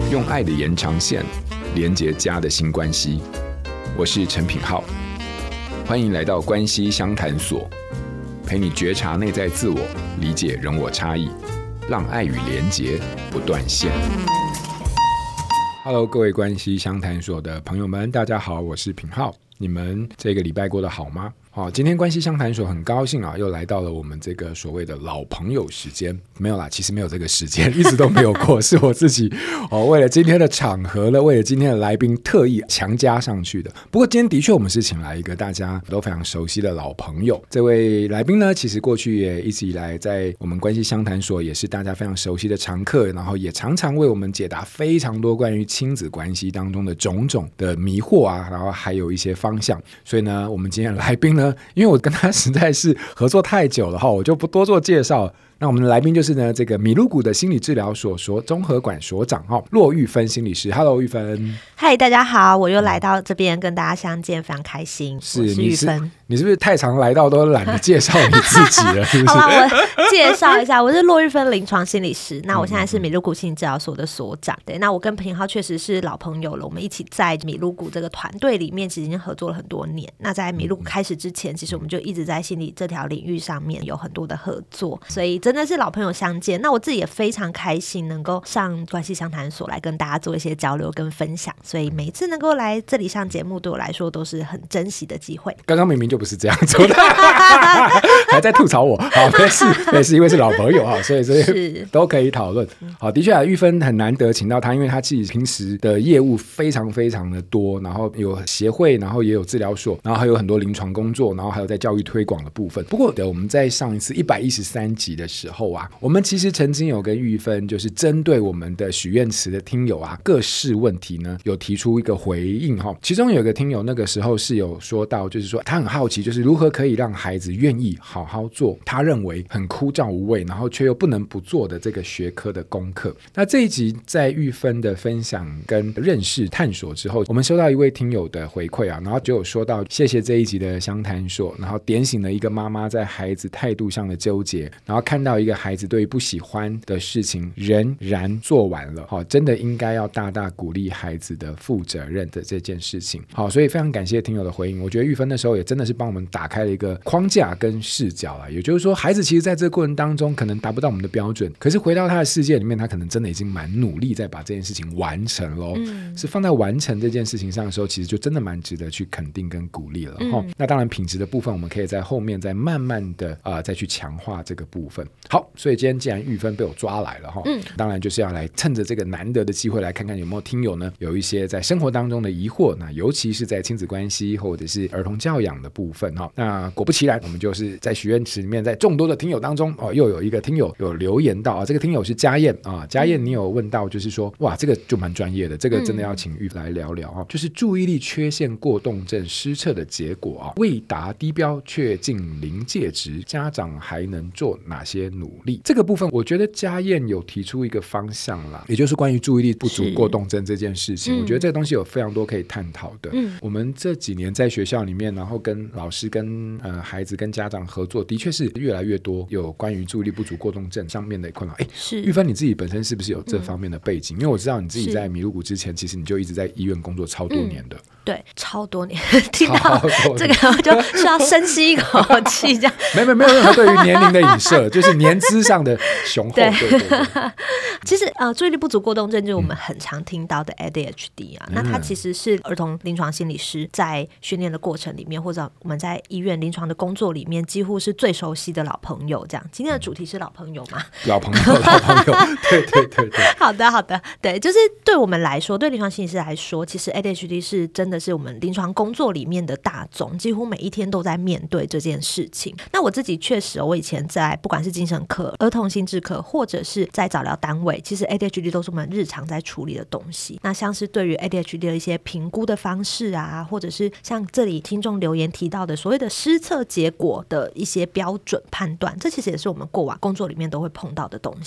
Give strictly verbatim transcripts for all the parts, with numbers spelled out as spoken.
用爱的延长线连结家的新关系。我是陈品皓，欢迎来到关系相谈所，陪你觉察内在自我，理解人我差异，让爱与连结不断线。Hello， 各位关系相谈所的朋友们，大家好，我是品皓。你们这个礼拜过得好吗？好，今天关系相谈所很高兴啊，又来到了我们这个所谓的老朋友时间。没有啦，其实没有这个时间，一直都没有过，是我自己哦，为了今天的场合呢，为了今天的来宾特意强加上去的。不过今天的确我们是请来一个大家都非常熟悉的老朋友。这位来宾呢，其实过去也一直以来在我们关系相谈所也是大家非常熟悉的常客，然后也常常为我们解答非常多关于亲子关系当中的种种的迷惑啊，然后还有一些方向。所以呢，我们今天的来宾呢，因为我跟他实在是合作太久了，我就不多做介绍。那我们的来宾就是呢，这个米露谷的心理治疗所所综合馆所长骆玉芬心理师。Hello， 玉芬。 嗨，大家好，我又来到这边跟大家相见，非常开心。 是， 我是玉芬。 你是不是太常来到都懒得介绍你自己了？是不是？ 好了，我介绍一下，我是骆玉芬临床心理师。那我现在是米露谷心理治疗所的所长。对，那我跟品皓确实是老朋友了，我们一起在米露谷这个团队里面，其实已经合作了很多年。那在米露谷开始之前，其实我们就一直在心理这条领域上面有很多的合作，所以真的是老朋友相见。那我自己也非常开心能够上关系相谈所来跟大家做一些交流跟分享，所以每一次能够来这里上节目，对我来说都是很珍惜的机会。 刚刚明明就不是这样做的还在吐槽我。好，没事没事，因为是老朋友啊，所以这些都可以讨论。好，的确啊，玉芬很难得请到他，因为他自己平时的业务非常非常的多，然后有协会，然后也有治疗所，然后还有很多临床工作，然后还有在教育推广的部分。不过我们在上一次一百一十三集的时候啊，我们其实曾经有跟玉芬就是针对我们的许愿池的听友啊各式问题呢有提出一个回应。其中有一个听友那个时候是有说到，就是说他很好奇，就是如何可以让孩子愿意好好做他认为很枯燥无味，然后却又不能不做的这个学科的功课。那这一集在玉芬的分享跟认识探索之后，我们收到一位听友的回馈啊，然后就有说到谢谢这一集的相谈所，然后点醒了一个妈妈在孩子态度上的纠结，然后看到一个孩子对于不喜欢的事情仍然做完了，好，真的应该要大大鼓励孩子的负责任的这件事情。好，所以非常感谢听友的回应。我觉得玉芬那时候也真的是帮我们打开了一个框架跟视角啊，也就是说孩子其实在这个过程当中可能达不到我们的标准，可是回到他的世界里面，他可能真的已经蛮努力在把这件事情完成咯、嗯、是放在完成这件事情上的时候，其实就真的蛮值得去肯定跟鼓励了、嗯、那当然品质的部分我们可以在后面再慢慢的、呃、再去强化这个部分。好，所以今天既然玉芬被我抓来了、嗯、当然就是要来趁着这个难得的机会来看看有没有听友呢有一些在生活当中的疑惑，那尤其是在亲子关系或者是儿童教养的部分。那果不其然，我们就是在许愿池里面，在众多的听友当中、哦、又有一个听友有留言到、啊、这个听友是嘉燕啊，嘉燕你有问到就是说哇，这个就蛮专业的，这个真的要请玉来聊聊、啊、就是注意力缺陷过动症失策的结果、啊、未达低标却近临界值，家长还能做哪些努力？这个部分我觉得嘉燕有提出一个方向啦，也就是关于注意力不足过动症这件事情、嗯、我觉得这个东西有非常多可以探讨的、嗯、我们这几年在学校里面，然后跟老师跟、呃、孩子跟家长合作，的确是越来越多有关于注意力不足过动症上面的困扰。哎，是玉芬你自己本身是不是有这方面的背景、嗯、因为我知道你自己在米露谷之前其实你就一直在医院工作超多年的、嗯、 对，超多年听到这个我就需要深吸一口气这样没有没有任何对于年龄的影射就是年资上的雄厚。对对对对其实、呃、注意力不足过动症就是我们很常听到的 A D H D 啊、嗯、那它其实是儿童临床心理师在训练的过程里面，或者我们在医院临床的工作里面几乎是最熟悉的老朋友。这样今天的主题是老朋友吗？ 老朋友老朋友对对对对好的好的，对，就是对我们来说，对临床心理师来说，其实 A D H D 是真的是我们临床工作里面的大众，几乎每一天都在面对这件事情。那我自己确实我以前在不管是精神科、儿童心智科，或者是在早疗单位，其实 A D H D 都是我们日常在处理的东西。那像是对于 A D H D 的一些评估的方式啊，或者是像这里听众留言提到的所谓的施测结果的一些标准判断，这其实也是我们过往工作里面都会碰到的东西。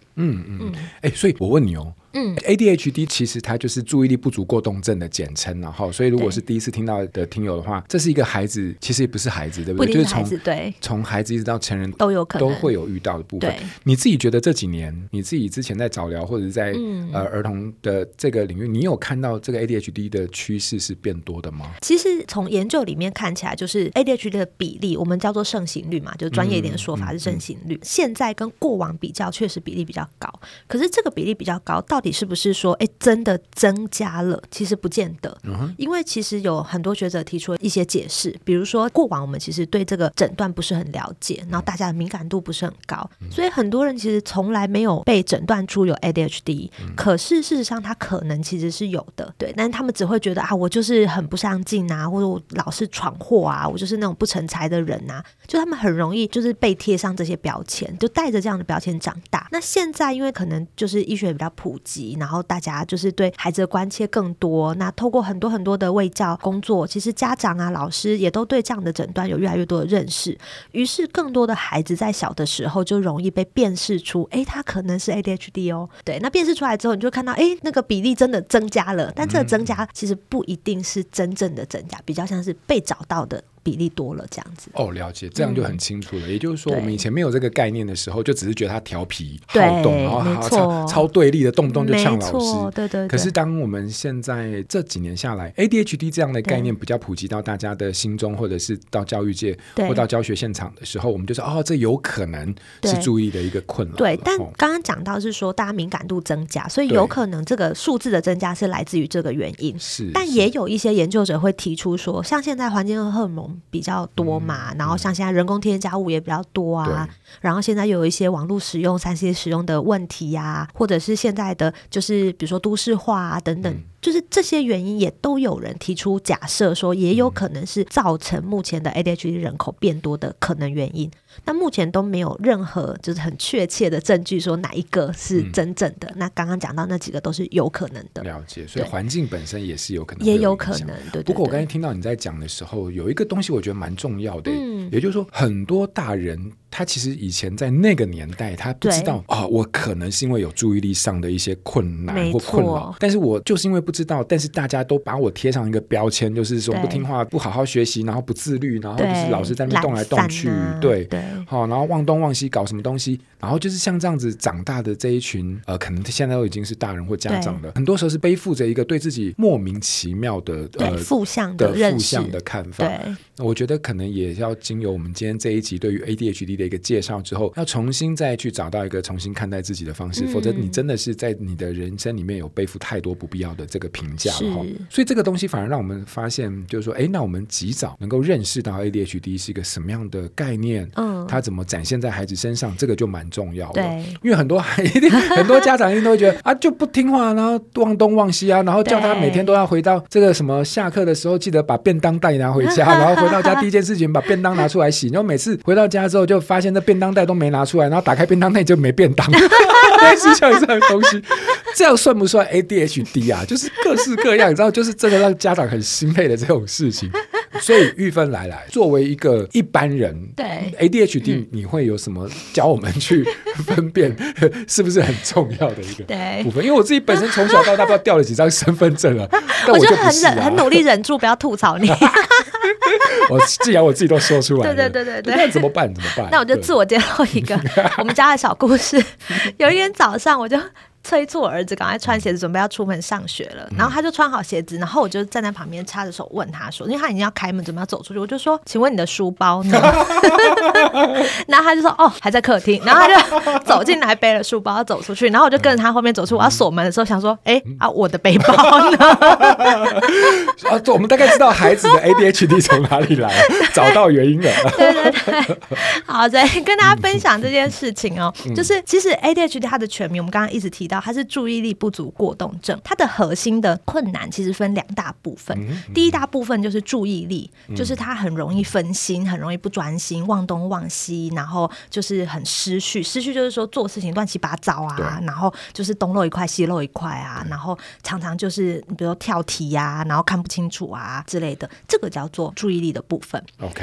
嗯嗯，哎、欸，所以我问你哦。嗯 ，A D H D 其实它就是注意力不足过动症的简称，然后所以如果是第一次听到的听友的话，这是一个孩子，其实也不是孩子，对不对？ 不一定是孩子，就是对，从孩子一直到成人都有可能都会有遇到的部分。你自己觉得这几年，你自己之前在早疗或者是在、嗯、呃儿童的这个领域，你有看到这个 A D H D 的趋势是变多的吗？ 其实从研究里面看起来，就是 A D H D 的比例，我们叫做盛行率嘛，就是专业一点的说法是盛行率。嗯嗯嗯、现在跟过往比较，确实比例比较高。可是这个比例比较高，到底是不是说？哎，真的增加了？其实不见得、嗯、因为其实有很多学者提出一些解释，比如说过往我们其实对这个诊断不是很了解，然后大家的敏感度不是很高、嗯、所以很多人其实从来没有被诊断出有 A D H D、嗯、可是事实上他可能其实是有的，对，但是他们只会觉得啊，我就是很不上进啊，或者我老是闯祸啊，我就是那种不成才的人啊，就他们很容易就是被贴上这些标签，就带着这样的标签长大。那现在因为可能就是医学比较普及，然后大家就是对孩子的关切更多，那透过很多很多的卫教工作，其实家长啊老师也都对这样的诊断有越来越多的认识，于是更多的孩子在小的时候就容易被辨识出，哎，他可能是 A D H D 哦。对，那辨识出来之后，你就看到，哎，那个比例真的增加了，但这个增加其实不一定是真正的增加，比较像是被找到的比例多了这样子。 哦，了解，这样就很清楚了、嗯、也就是说我们以前没有这个概念的时候，就只是觉得他调皮好动，然后好超超对立的，动不动就呛老师。 对对对。 可是当我们现在这几年下来 A D H D 这样的概念比较普及到大家的心中，或者是到教育界或到教学现场的时候，我们就说哦，这有可能是注意的一个困扰。 对，但刚刚讲到是说大家敏感度增加，所以有可能这个数字的增加是来自于这个原因。 是， 但也有一些研究者会提出说，像现在环境荷尔蒙比较多嘛、嗯、然后像现在人工添加物也比较多啊，然后现在又有一些网络使用 三 C 使用的问题啊，或者是现在的就是比如说都市化啊等等、嗯、就是这些原因也都有人提出假设说也有可能是造成目前的 A D H D 人口变多的可能原因，但目前都没有任何就是很确切的证据说哪一个是真正的、嗯、那刚刚讲到那几个都是有可能的。 了解，所以环境本身也是有可能， 也有可能。对对对。 不过我刚才听到你在讲的时候，有一个东西我觉得蛮重要的、嗯、也就是说很多大人他其实以前在那个年代他不知道啊、哦，我可能是因为有注意力上的一些困难或困扰，但是我就是因为不知道，但是大家都把我贴上一个标签，就是说不听话、不好好学习，然后不自律，然后就是老是在那边动来动去，对，对，好、哦，然后忘东忘西搞什么东西，然后就是像这样子长大的这一群呃，可能现在都已经是大人或家长了，很多时候是背负着一个对自己莫名其妙的呃负向的认识、 负向的看法。对，我觉得可能也要经由我们今天这一集对于 A D H D 的一个介绍之后，要重新再去找到一个重新看待自己的方式、嗯、否则你真的是在你的人生里面有背负太多不必要的这个评价了。所以这个东西反而让我们发现就是说，哎，那我们及早能够认识到 A D H D 是一个什么样的概念，嗯，它怎么展现在孩子身上，这个就蛮重要的。对，因为很多一定很多家长一定都会觉得啊，就不听话，然后忘东忘西啊，然后叫他每天都要回到这个什么下课的时候记得把便当袋拿回家然后回到家第一件事情把便当拿出来洗，然后每次回到家之后就发现那便当袋都没拿出来，然后打开便当袋就没便当类似像这样的东西，这样算不算 A D H D 啊？就是各式各样，你知道，就是真的让家长很心累的这种事情。所以玉芬来来，作为一个一般人，对 A D H D、嗯、你会有什么教我们去分辨是不是很重要的一个部分？因为我自己本身从小到大不知道掉了几张身份证了，但我就不是、啊、 我就很忍，很努力忍住不要吐槽你。 我既然我自己都说出来了， 对对对对对， 那怎么办？怎么办？ 那我就自我揭露一个我们家的小故事。有一天早上，我就催促我儿子赶快穿鞋子准备要出门上学了、嗯、然后他就穿好鞋子，然后我就站在旁边插着手问他说，因为他已经要开门准备要走出去，我就说请问你的书包呢？然后他就说哦还在客厅，然后他就走进来背了书包走出去，然后我就跟着他后面走出，我要锁门的时候想说哎、嗯、啊我的背包呢？ 啊，我们大概知道孩子的 A D H D 从哪里来，找到原因了。 对对对，好，再跟大家分享这件事情哦、嗯、就是其实 A D H D 它的全名我们刚刚一直提到它是注意力不足过动症，它的核心的困难其实分两大部分、嗯嗯、第一大部分就是注意力、嗯、就是它很容易分心，很容易不专心，忘东忘西，然后就是很失序，失序就是说做事情乱七八糟啊，然后就是东漏一块西漏一块啊，然后常常就是比如说跳题啊，然后看不清楚啊之类的，这个叫做注意力的部分。 OK，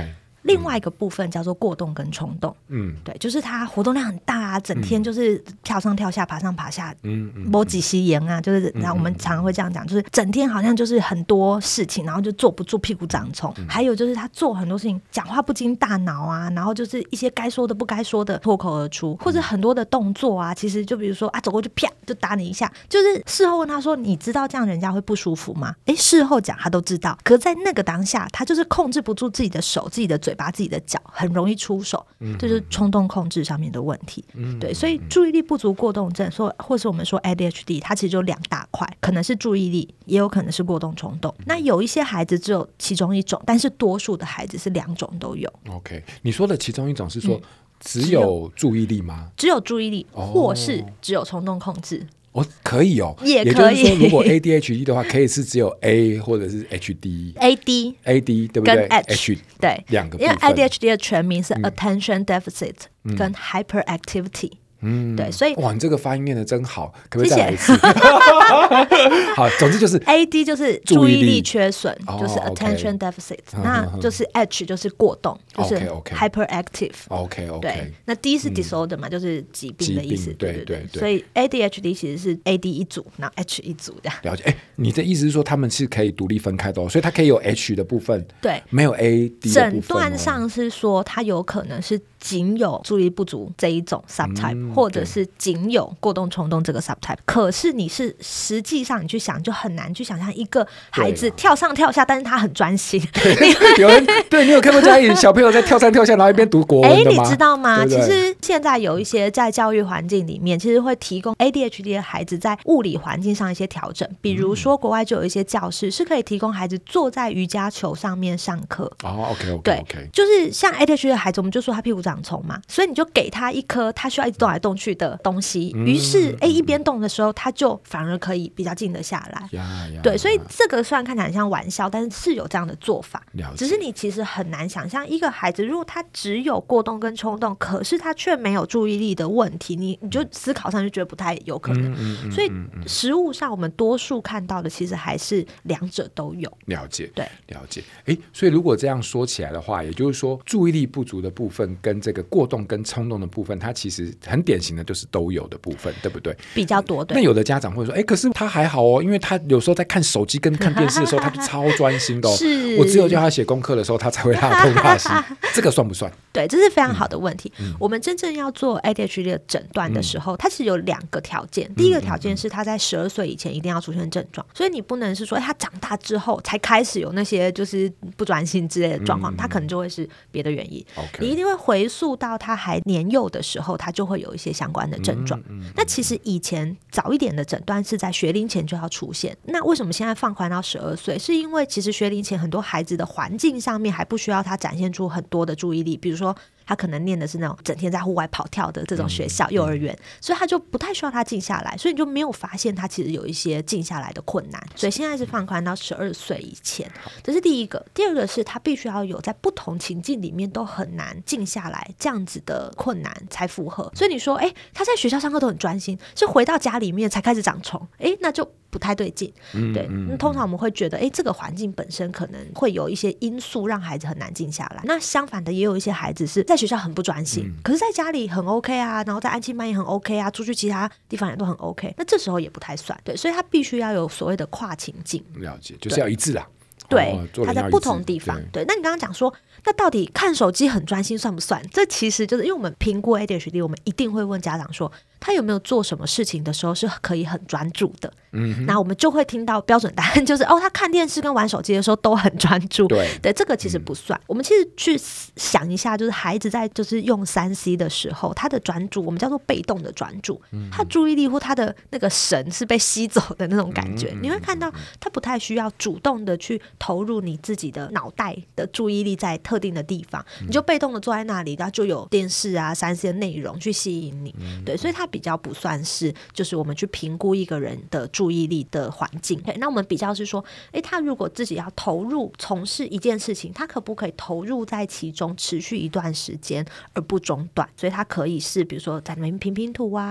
另外一个部分叫做过动跟冲动，嗯，对，就是他活动量很大啊，整天就是跳上跳下爬上爬下，嗯嗯，摸几吸盐啊，就是然后我们常常会这样讲，就是整天好像就是很多事情，然后就坐不住，屁股长虫、嗯、还有就是他做很多事情讲话不经大脑啊，然后就是一些该说的不该说的脱口而出，或者很多的动作啊，其实就比如说啊走过去啪就打你一下，就是事后问他说你知道这样人家会不舒服吗？哎，事后讲他都知道，可是在那个当下他就是控制不住自己的手、自己的嘴巴、自己的脚，很容易出手，这就是冲动控制上面的问题。对，所以注意力不足过动症，说或是我们说 A D H D， 它其实就两大块，可能是注意力，也有可能是过动冲动。那有一些孩子只有其中一种，但是多数的孩子是两种都有。 OK， 你说的其中一种是说、嗯、只有注意力吗？ 只有注意力、哦、或是只有冲动控制。 哦，可以哦， 也可以。 也就是说，如果 A D H D 的话，可以是只有 A 或者是 H D。A D，A D 对不对？ 跟 H, H 对， 两个部分。 因为 A D H D 的全名是 Attention Deficit、嗯、跟 Hyperactivity。嗯，对，所以哇，你这个发音念得真好，可不可以再来一次？好，总之就是 A D 就是注意力缺损，就是 attention deficit、哦、那就是 H 就是过动，就是 hyperactive。 OK OK， 对，那 D 是 disorder 嘛、嗯、就是疾病的意思。 对对 对, 对， 所以 A D H D 其实是 A D 一组，然后 H 一组这样。 了解。哎，你的意思是说他们是可以独立分开的、哦、所以它可以有 H 的部分， 对， 没有 A D 的部分、哦、诊断上是说它有可能是仅有注意力不足这一种 subtype、嗯、或者是仅有过动冲动这个 subtype。 可是你是实际上你去想就很难去想象一个孩子跳上跳下，但是他很专心。 有人对，你有看过家里小朋友在跳上跳下然后一边读国文的吗？ 你知道吗？对对，其实现在有一些在教育环境里面其实会提供 A D H D 的孩子在物理环境上一些调整，比如说国外就有一些教室是可以提供孩子坐在瑜伽球上面上课。 哦 OK OK， 对，就是像 A D H D 的孩子，我们就说他屁股长虫嘛，所以你就给他一颗他需要一直动来动去的东西，于是、嗯、一边动的时候他就反而可以比较静得下来。呀呀，对，所以这个虽然看起来很像玩笑，但是是有这样的做法。只是你其实很难想象一个孩子如果他只有过动跟冲动，可是他却没有注意力的问题，你你就思考上就觉得不太有可能。嗯嗯嗯、所以实务上我们多数看到的其实还是两者都有。 了解， 对， 了解。诶，所以如果这样说起来的话，也就是说注意力不足的部分跟这个过动跟冲动的部分，它其实很典型的就是都有的部分，对不对？ 比较多。对。 那有的家长会说，诶，可是他还好哦，因为他有时候在看手机跟看电视的时候他就超专心的哦。是，我只有叫他写功课的时候他才会拉东拉西。这个算不算？ 对，这是非常好的问题、嗯、我们真正要做 A D H D 的诊断的时候、嗯、它其实有两个条件。第一个条件是他在十二岁以前一定要出现症状，所以你不能是说他长大之后才开始有那些就是不专心之类的状况、嗯、他可能就会是别的原因、okay、你一定会回溯到他还年幼的时候他就会有一些相关的症状、嗯嗯、那其实以前早一点的诊断是在学龄前就要出现，那为什么现在放宽到十二岁？是因为其实学龄前很多孩子的环境上面还不需要他展现出很多的注意力，比如说他可能念的是那种整天在户外跑跳的这种学校、嗯、幼儿园，所以他就不太需要他静下来，所以你就没有发现他其实有一些静下来的困难。所以现在是放宽到十二岁以前，这是第一个。第二个是他必须要有在不同情境里面都很难静下来这样子的困难才符合。所以你说哎，他在学校上课都很专心，是回到家里面才开始长虫，哎，那就不太对劲。对、嗯嗯、通常我们会觉得哎，这个环境本身可能会有一些因素让孩子很难静下来。那相反的也有一些孩子是在学校很不专心、嗯、可是在家里很 OK 啊，然后在安亲班也很 OK 啊，出去其他地方也都很 OK， 那这时候也不太算。对，所以他必须要有所谓的跨情境。 了解，就是要一致啦。 对、哦，他在不同地方。 对, 对，那你刚刚讲说那到底看手机很专心算不算？这其实就是因为我们评估 A D H D 我们一定会问家长说他有没有做什么事情的时候是可以很专注的。嗯，那我们就会听到标准答案就是哦，他看电视跟玩手机的时候都很专注。对，对，这个其实不算、嗯、我们其实去想一下，就是孩子在就是用 三 C 的时候他的专注我们叫做被动的专注、嗯、他注意力或他的那个神是被吸走的那种感觉、嗯、你会看到他不太需要主动的去投入你自己的脑袋的注意力在特定的地方、嗯、你就被动的坐在那里，然后就有电视啊 三 C 的内容去吸引你、嗯、对，所以他比较不算是就是我们去评估一个人的注意力的环境。对，那我们比较是说诶，他如果自己要投入从事一件事情，他可不可以投入在其中持续一段时间而不中断，所以他可以是比如说在那边拼拼图啊，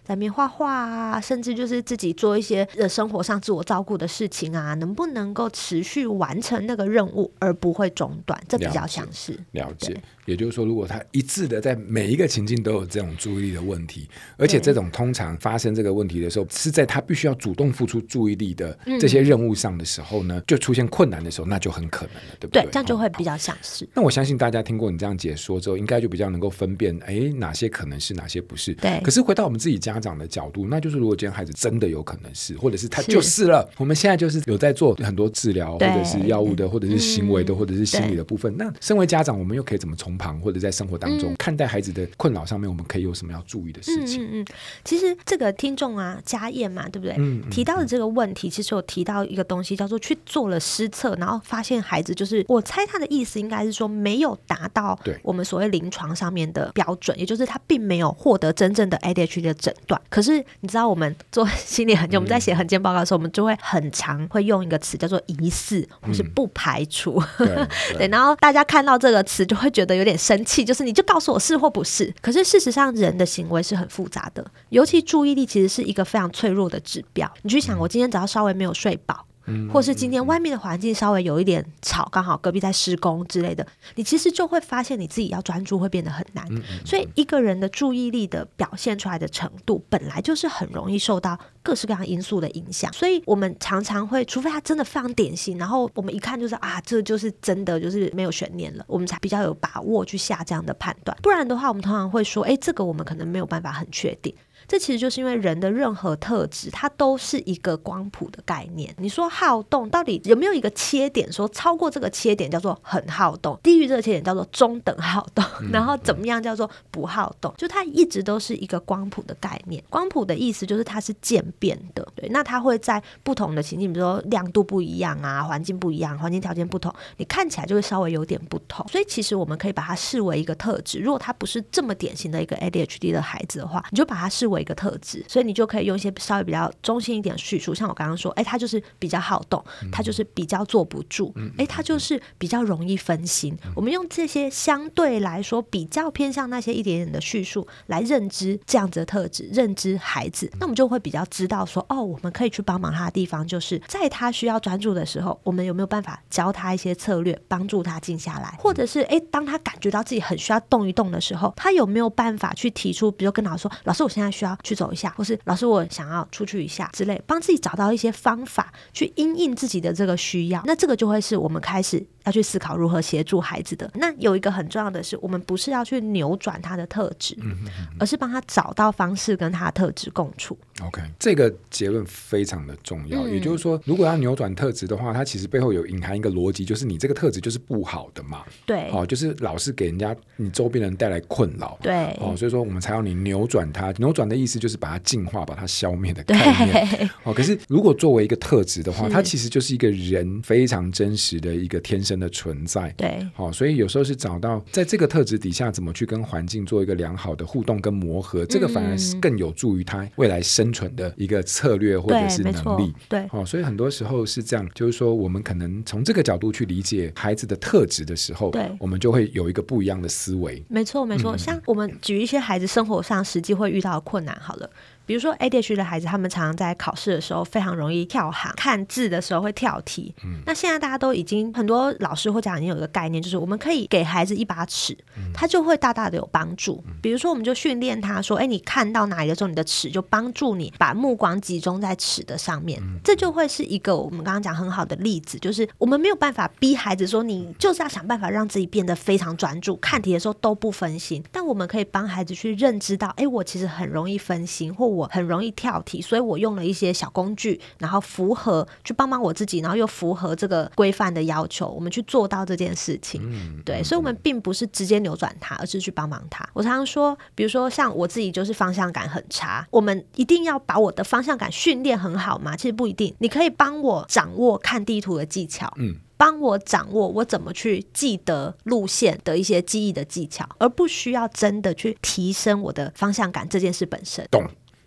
在那边画画啊，甚至就是自己做一些呃生活上自我照顾的事情啊，能不能够持续完成那个任务而不会中断，这比较像是了解。也就是说，如果他一致的在每一个情境都有这种注意力的问题，而且这种通常发生这个问题的时候是在他必须要主动付出注意力的这些任务上的时候呢、嗯、就出现困难的时候，那就很可能了，对不对？ 对，这样就会比较像是。 那我相信大家听过你这样解说之后，应该就比较能够分辨哎，哪些可能是，哪些不是。 对。 可是回到我们自己家长的角度，那就是如果今天孩子真的有可能是，或者是他就是了，我们现在就是有在做很多治疗，或者是药物的，或者是行为的、嗯、或者是心理的部分。那身为家长，我们又可以怎么从旁或者在生活当中、嗯、看待孩子的困扰上面，我们可以有什么要注意的事情？嗯嗯嗯， 其实这个听众啊，家燕嘛，对不对？嗯嗯、提到的这个问题，其实有提到一个东西，叫做去做了施测，然后发现孩子就是，我猜他的意思应该是说没有达到我们所谓临床上面的标准，也就是他并没有获得真正的 A D H D 的诊断。可是你知道，我们做心理衡鉴，我们在写衡鉴报告的时候，我们就会很常会用一个词叫做疑似，或是不排除。嗯、对, 对, 对，然后大家看到这个词就会觉得有点生气，就是你就告诉我是或不是。可是事实上，人的行为是很复杂的，尤其注意力其实是一个非常脆弱的指标。你去想，我今天只要稍微没有睡饱，或是今天外面的环境稍微有一点吵，刚好隔壁在施工之类的，你其实就会发现你自己要专注会变得很难。所以一个人的注意力的表现出来的程度本来就是很容易受到各式各样因素的影响，所以我们常常会，除非他真的非常典型，然后我们一看就是啊，这就是真的就是没有悬念了，我们才比较有把握去下这样的判断。不然的话，我们通常会说，哎，这个我们可能没有办法很确定。这其实就是因为人的任何特质它都是一个光谱的概念。你说好动到底有没有一个切点，说超过这个切点叫做很好动，低于这个切点叫做中等好动，然后怎么样叫做不好动，就它一直都是一个光谱的概念。光谱的意思就是它是渐变的，对，那它会在不同的情境，比如说亮度不一样啊，环境不一样，环境条件不同，你看起来就会稍微有点不同。所以其实我们可以把它视为一个特质，如果它不是这么典型的一个 A D H D 的孩子的话，你就把它视为一个特质，所以你就可以用一些稍微比较中性一点的叙述，像我刚刚说，哎，他就是比较好动，他就是比较坐不住，哎，他就是比较容易分心。我们用这些相对来说比较偏向那些一点点的叙述来认知这样子的特质，认知孩子，那我们就会比较知道说，哦，我们可以去帮忙他的地方就是在他需要专注的时候，我们有没有办法教他一些策略帮助他静下来，或者是哎，当他感觉到自己很需要动一动的时候，他有没有办法去提出，比如跟老师说，老师我现在需要去走一下，或是老师我想要出去一下之类，帮自己找到一些方法去因应自己的这个需要。那这个就会是我们开始要去思考如何协助孩子的。那有一个很重要的是，我们不是要去扭转他的特质，而是帮他找到方式跟他的特质共处。 OK， 这个结论非常的重要、嗯、也就是说如果要扭转特质的话，它其实背后有隐含一个逻辑，就是你这个特质就是不好的嘛。 对、 哦、就是老是给人家你周边人带来困扰。 对、 哦、所以说我们才要你扭转它。扭转的意思就是把它净化，把它消灭的概念。哦、可是如果作为一个特质的话，它其实就是一个人非常真实的一个天生的存在。 对、 哦、所以有时候是找到在这个特质底下怎么去跟环境做一个良好的互动跟磨合、嗯、这个反而是更有助于他未来生存的一个策略或者是能力。 对、 哦、所以很多时候是这样，就是说我们可能从这个角度去理解孩子的特质的时候，对，我们就会有一个不一样的思维。 没错没错、嗯、像我们举一些孩子生活上实际会遇到的困难好了，比如说 A D H D 的孩子，他们常常在考试的时候非常容易跳行，看字的时候会跳题、嗯、那现在大家都已经很多老师或家长已经有一个概念，就是我们可以给孩子一把尺、嗯、他就会大大的有帮助、嗯、比如说我们就训练他说，哎，你看到哪里的时候，你的尺就帮助你把目光集中在尺的上面、嗯、这就会是一个我们刚刚讲很好的例子，就是我们没有办法逼孩子说你就是要想办法让自己变得非常专注，看题的时候都不分心，但我们可以帮孩子去认知到，哎，我其实很容易分心，或我很容易跳题，所以我用了一些小工具，然后符合去帮忙我自己，然后又符合这个规范的要求，我们去做到这件事情、嗯、对，所以我们并不是直接扭转它，而是去帮忙它。我常常说，比如说像我自己就是方向感很差，我们一定要把我的方向感训练很好吗？其实不一定，你可以帮我掌握看地图的技巧，嗯，帮我掌握我怎么去记得路线的一些记忆的技巧，而不需要真的去提升我的方向感这件事本身。 懂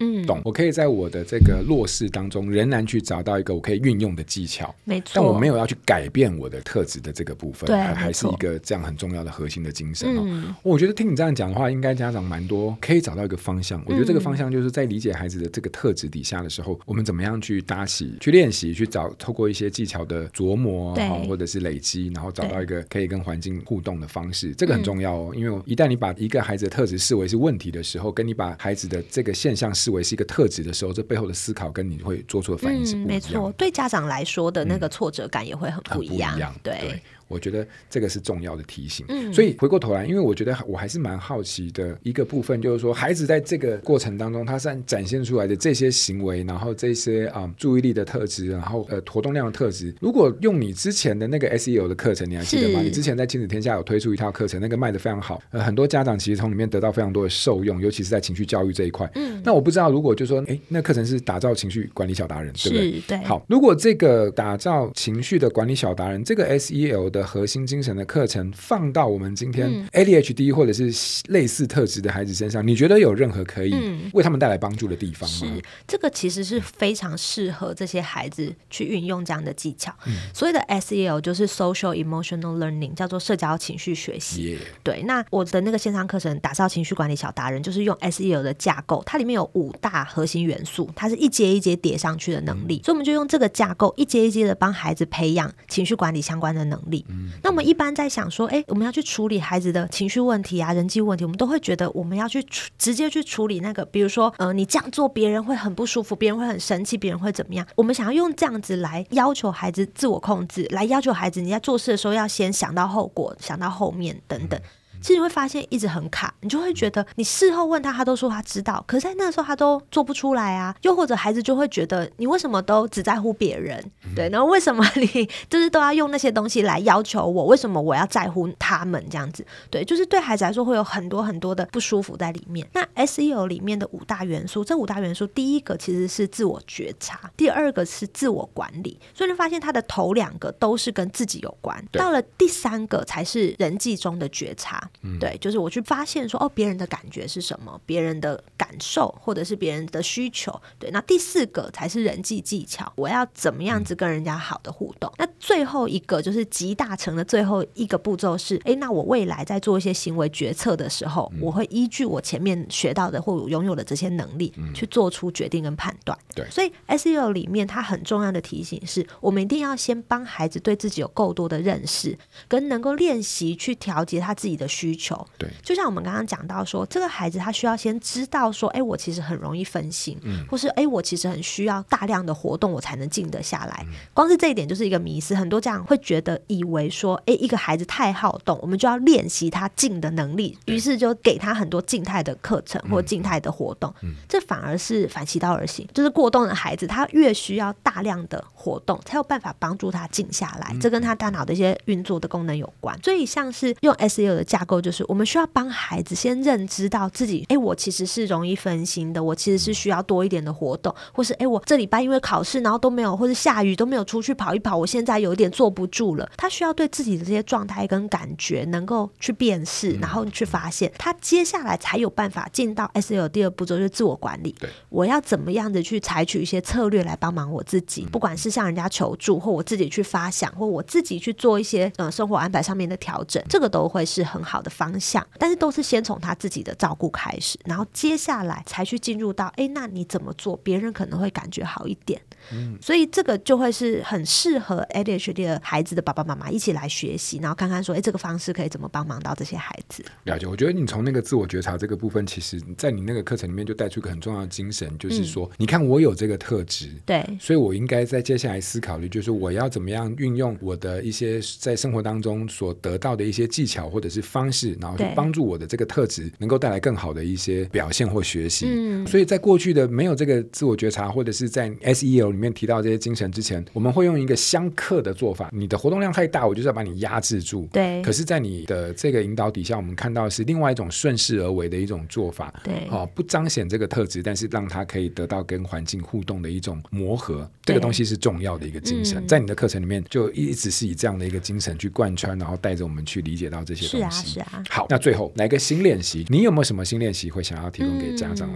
嗯，懂，我可以在我的这个弱势当中仍然去找到一个我可以运用的技巧， 没错， 但我没有要去改变我的特质的这个部分， 对， 还, 还是一个这样很重要的核心的精神、嗯哦、我觉得听你这样讲的话，应该家长蛮多可以找到一个方向。我觉得这个方向就是在理解孩子的这个特质底下的时候，我们怎么样去搭起去练习，去找透过一些技巧的琢磨、哦、或者是累积，然后找到一个可以跟环境互动的方式，这个很重要哦、嗯、因为一旦你把一个孩子的特质视为是问题的时候，跟你把孩子的这个现象视为是一个特质的时候，这背后的思考跟你会做出的反应是不一样的、嗯、 没错，对家长来说的那个挫折感也会很不一样、嗯、很不一样， 对, 对我觉得这个是重要的提醒、嗯、所以回过头来，因为我觉得我还是蛮好奇的一个部分，就是说孩子在这个过程当中他展现出来的这些行为，然后这些、嗯、注意力的特质，然后、呃、活动量的特质，如果用你之前的那个 S E L 的课程，你还记得吗？你之前在亲子天下有推出一套课程，那个卖得非常好、呃、很多家长其实从里面得到非常多的受用，尤其是在情绪教育这一块、嗯、那我不知道如果就说诶那课程是打造情绪管理小达人，对不对？ 对。 好，如果这个打造情绪的管理小达人这个 S E L 的核心精神的课程放到我们今天 A D H D 或者是类似特质的孩子身上、嗯、你觉得有任何可以为他们带来帮助的地方吗？ 是，这个其实是非常适合这些孩子去运用这样的技巧、嗯、所谓的 S E L 就是 Social Emotional Learning， 叫做社交情绪学习、yeah. 对，那我的那个线上课程打造情绪管理小达人就是用 S E L 的架构，它里面有五大核心元素，它是一阶一阶叠上去的能力、嗯、所以我们就用这个架构一阶一阶的帮孩子培养情绪管理相关的能力、嗯、那我们一般在想说哎，我们要去处理孩子的情绪问题啊，人际问题，我们都会觉得我们要去直接去处理那个比如说呃，你这样做别人会很不舒服，别人会很生气，别人会怎么样，我们想要用这样子来要求孩子自我控制，来要求孩子你在做事的时候要先想到后果，想到后面等等，其实你会发现一直很卡，你就会觉得你事后问他他都说他知道，可是在那个时候他都做不出来啊，又或者孩子就会觉得你为什么都只在乎别人、嗯、对，然后为什么你就是都要用那些东西来要求我，为什么我要在乎他们这样子，对，就是对孩子来说会有很多很多的不舒服在里面。那 S E L 里面的五大元素，这五大元素第一个其实是自我觉察，第二个是自我管理，所以你发现他的头两个都是跟自己有关，到了第三个才是人际中的觉察，嗯、对，就是我去发现说哦，别人的感觉是什么，别人的感受或者是别人的需求，对，那第四个才是人际技巧，我要怎么样子跟人家好的互动、嗯、那最后一个就是集大成的最后一个步骤是哎，那我未来在做一些行为决策的时候、嗯、我会依据我前面学到的或拥有的这些能力、嗯、去做出决定跟判断。对，所以 S E L 里面它很重要的提醒是我们一定要先帮孩子对自己有够多的认识，跟能够练习去调节他自己的需求。对，就像我们刚刚讲到说这个孩子他需要先知道说哎，我其实很容易分心、嗯、或是哎，我其实很需要大量的活动我才能静得下来、嗯、光是这一点就是一个迷思，很多家长会觉得以为说哎，一个孩子太好动我们就要练习他静的能力，于是就给他很多静态的课程或静态的活动、嗯、这反而是反其道而行，就是过动的孩子他越需要大量的活动才有办法帮助他静下来、嗯、这跟他大脑的一些运作的功能有关。所以像是用 S E L 的架构，就是我们需要帮孩子先认知到自己哎，我其实是容易分心的，我其实是需要多一点的活动，或是哎，我这礼拜因为考试然后都没有，或是下雨都没有出去跑一跑，我现在有点坐不住了。他需要对自己的这些状态跟感觉能够去辨识、嗯、然后去发现，他接下来才有办法进到 S E L 第二步骤，就是自我管理。我要怎么样的去采取一些策略来帮忙我自己、嗯、不管是向人家求助，或我自己去发想，或我自己去做一些、呃、生活安排上面的调整，这个都会是很好的方向，但是都是先从他自己的照顾开始，然后接下来才去进入到哎，那你怎么做别人可能会感觉好一点、嗯、所以这个就会是很适合 A D H D 的孩子的爸爸妈妈一起来学习，然后看看说哎，这个方式可以怎么帮忙到这些孩子。 了解，我觉得你从那个自我觉察这个部分，其实在你那个课程里面就带出一个很重要的精神，就是说、嗯、你看我有这个特质，对，所以我应该在接下来思考的就是我要怎么样运用我的一些在生活当中所得到的一些技巧或者是方式，然后去帮助我的这个特质能够带来更好的一些表现或学习、嗯、所以在过去的没有这个自我觉察，或者是在 S E L 里面提到这些精神之前，我们会用一个相克的做法，你的活动量太大我就是要把你压制住，对，可是在你的这个引导底下，我们看到的是另外一种顺势而为的一种做法，对、哦、不彰显这个特质，但是让它可以得到跟环境互动的一种磨合，这个东西是重要的一个精神、嗯、在你的课程里面就一直是以这样的一个精神去贯穿，然后带着我们去理解到这些东西。是啊是啊。好，那最后来个新练习，你有没有什么新练习会想要提供给家长来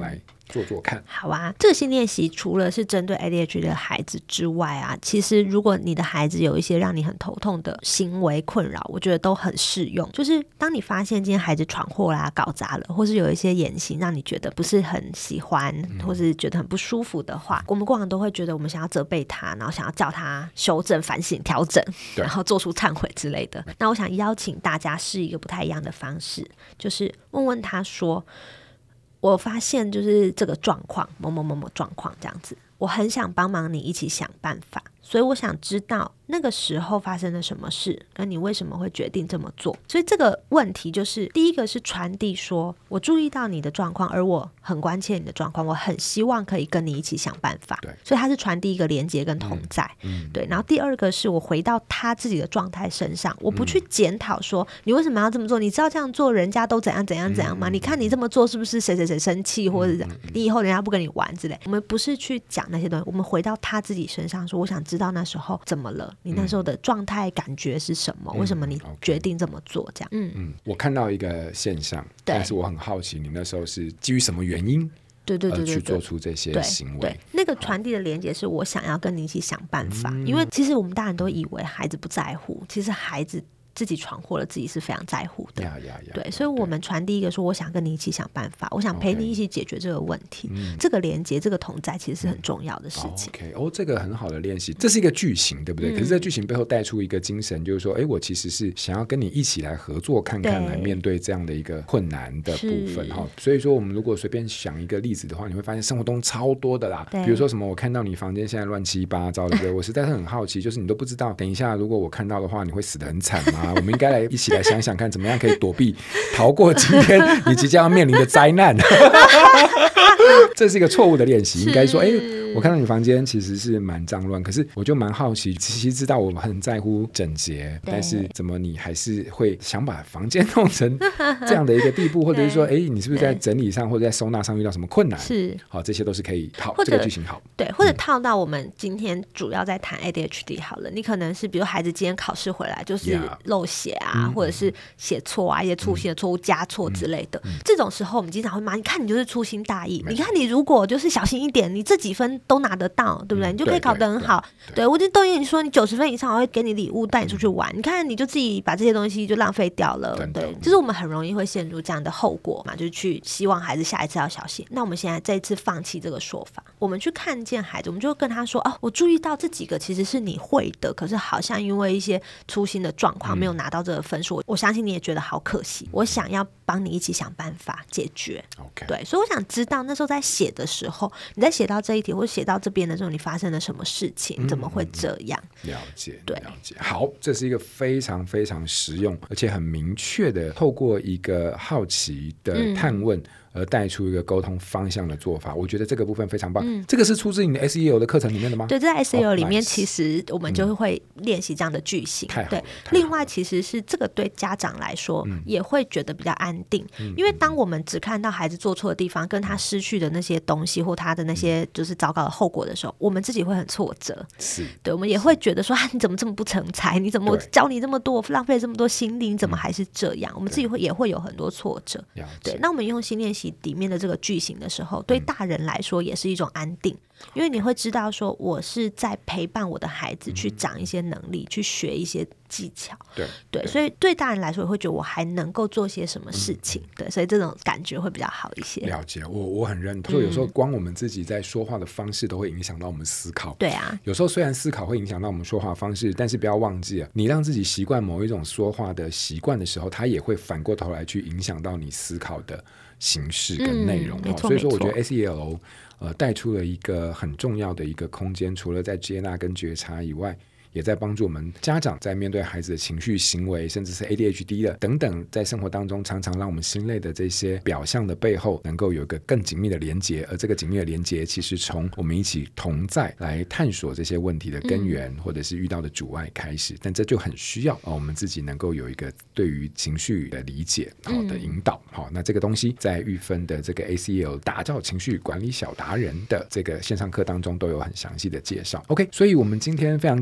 做做看。 好啊，这个新练习除了是针对 A D H D 的孩子之外啊，其实如果你的孩子有一些让你很头痛的行为困扰，我觉得都很适用。就是当你发现今天孩子闯祸啦、搞砸了，或是有一些言行让你觉得不是很喜欢，或是觉得很不舒服的话，我们过往都会觉得我们想要责备他，然后想要叫他修正、反省、调整，然后做出忏悔之类的。那我想邀请大家试一个不太一样的方式，就是问问他说，我发现就是这个状况，某某某某状况这样子，我很想帮忙你一起想办法，所以我想知道那个时候发生了什么事，跟你为什么会决定这么做。所以这个问题就是第一个是传递说我注意到你的状况，而我很关切你的状况，我很希望可以跟你一起想办法。对，所以它是传递一个连结跟同在、嗯嗯、对。然后第二个是我回到他自己的状态身上，我不去检讨说、嗯、你为什么要这么做，你知道这样做人家都怎样怎样怎样吗、嗯、你看你这么做是不是谁谁谁生气，或者是你以后人家不跟你玩之类。我们不是去讲那些东西，我们回到他自己身上说，我想知道那时候怎么了，你那时候的状态感觉是什么、嗯、为什么你决定这么做这样。嗯嗯，我看到一个现象，但是我很好奇你那时候是基于什么原因对对对对对， 去做出这些行为。 对对，那个传递的连结是我想要跟你一起想办法、嗯、因为其实我们大人都以为孩子不在乎，其实孩子自己闯祸了，自己是非常在乎的。yeah, yeah, yeah, 对，所以我们传递一个说我想跟你一起想办法，我想陪你一起解决这个问题、okay. 这个连结这个同在其实是很重要的事情、 嗯、OK 哦，这个很好的练习，这是一个句型对不对、嗯、可是这句型背后带出一个精神，就是说哎，我其实是想要跟你一起来合作看看，来面对这样的一个困难的部分、哦、所以说我们如果随便想一个例子的话，你会发现生活中超多的啦，比如说什么我看到你房间现在乱七八糟的我实在是很好奇，就是你都不知道等一下如果我看到的话你会死得很惨吗我们应该来一起来想想看怎么样可以躲避逃过今天你即将要面临的灾难这是一个错误的练习，应该说哎，我看到你房间其实是蛮脏乱，可是我就蛮好奇，其实知道我很在乎整洁，但是怎么你还是会想把房间弄成这样的一个地步或者是说哎，你是不是在整理上或者在收纳上遇到什么困难，是好，这些都是可以套这个句型好， 对，或者套到我们今天主要在谈 A D H D 好了，你可能是比如孩子今天考试回来就是漏写啊、yeah. 或者是写错啊，一些粗心的错误、加错之类的、嗯嗯、这种时候我们经常会骂，你看你就是粗心大意，你看你如果就是小心一点，你这几分都拿得到对不对、嗯、你就可以考得很好。 对, 对, 对, 对，我就都跟你说你九十分以上我会给你礼物带你出去玩、嗯、你看你就自己把这些东西就浪费掉了。对，就是我们很容易会陷入这样的后果嘛，就是去希望孩子下一次要小心。那我们现在这一次放弃这个说法，我们去看见孩子，我们就跟他说哦，我注意到这几个其实是你会的，可是好像因为一些粗心的状况没有拿到这个分数、嗯、我相信你也觉得好可惜，我想要帮你一起想办法解决、okay. 对，所以我想知道那时候在写的时候，你在写到这一题或者写到这边的时候，你发生了什么事情、嗯、怎么会这样、 嗯、了解对了解。好，这是一个非常非常实用而且很明确的透过一个好奇的探问、嗯而带出一个沟通方向的做法，我觉得这个部分非常棒、嗯、这个是出自你的 S E L 的课程里面的吗？ 对，在 S E L 里面、oh, 其实我们就会练习这样的句型、嗯、对，另外其实是这个对家长来说、嗯、也会觉得比较安定、嗯、因为当我们只看到孩子做错的地方跟他失去的那些东西或他的那些就是糟糕的后果的时候，我们自己会很挫折，是对，我们也会觉得说、啊、你怎么这么不成才，你怎么教你这么多浪费这么多心力，你怎么还是这样、嗯、我们自己会也会有很多挫折。对，那我们用新练习里面的这个句型的时候，对大人来说也是一种安定、嗯、因为你会知道说我是在陪伴我的孩子去长一些能力、嗯、去学一些技巧。 对, 对, 对，所以对大人来说也会觉得我还能够做些什么事情、嗯、对，所以这种感觉会比较好一些。 了解，我我很认同、嗯、有时候光我们自己在说话的方式都会影响到我们思考。对啊，有时候虽然思考会影响到我们说话的方式，但是不要忘记了，你让自己习惯某一种说话的习惯的时候，它也会反过头来去影响到你思考的形式跟内容、嗯哦、所以说我觉得 S E L 呃带出了一个很重要的一个空间，除了在接纳跟觉察以外，也在帮助我们家长在面对孩子的情绪行为甚至是 A D H D 的等等，在生活当中常常让我们心累的这些表象的背后能够有一个更紧密的连结，而这个紧密的连结其实从我们一起同在来探索这些问题的根源、嗯、或者是遇到的阻碍开始，但这就很需要、哦、我们自己能够有一个对于情绪的理解、哦、的引导、嗯哦、那这个东西在玉芬的这个 A C E L 打造情绪管理小达人的这个线上课当中都有很详细的介绍。 OK， 所以我们今天非常感谢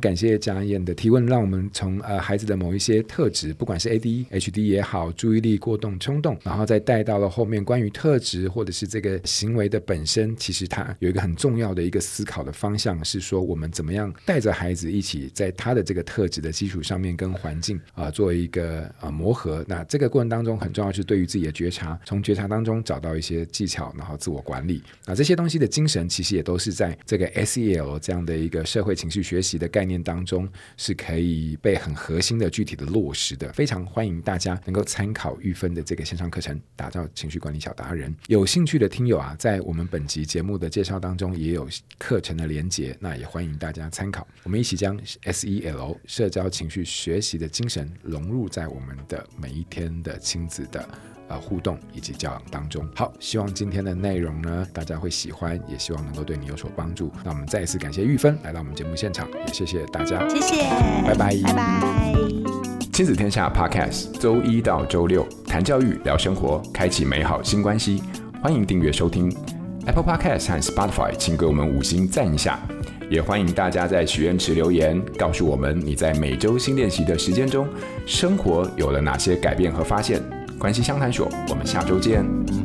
家燕的提问，让我们从呃孩子的某一些特质，不管是 A D H D 也好，注意力过动冲动，然后再带到了后面关于特质或者是这个行为的本身，其实它有一个很重要的一个思考的方向，是说我们怎么样带着孩子一起在他的这个特质的基础上面跟环境啊、呃、做一个呃磨合。那这个过程当中很重要是对于自己的觉察，从觉察当中找到一些技巧，然后自我管理。那这些东西的精神其实也都是在这个 S E L 这样的一个社会情绪学习的概念当中是可以被很核心的具体的落实的。非常欢迎大家能够参考玉芬的这个线上课程，打造情绪管理小达人。有兴趣的听友啊，在我们本集节目的介绍当中也有课程的连结，那也欢迎大家参考。我们一起将 S E L 社交情绪学习的精神融入在我们的每一天的亲子的呃互动以及教养当中。好，希望今天的内容呢大家会喜欢，也希望能够对你有所帮助。那我们再一次感谢玉芬来到我们节目现场，也谢谢大家， 谢谢， 拜拜， 拜拜。 亲子天下 Podcast 周一到周六谈教育聊生活，开启美好新关系。欢迎订阅收听 Apple Podcast 和 Spotify， 请给我们五星赞一下。也欢迎大家在许愿池留言，告诉我们你在每周新练习的时间中，生活有了哪些改变和发现。关系相谈所，我们下周见。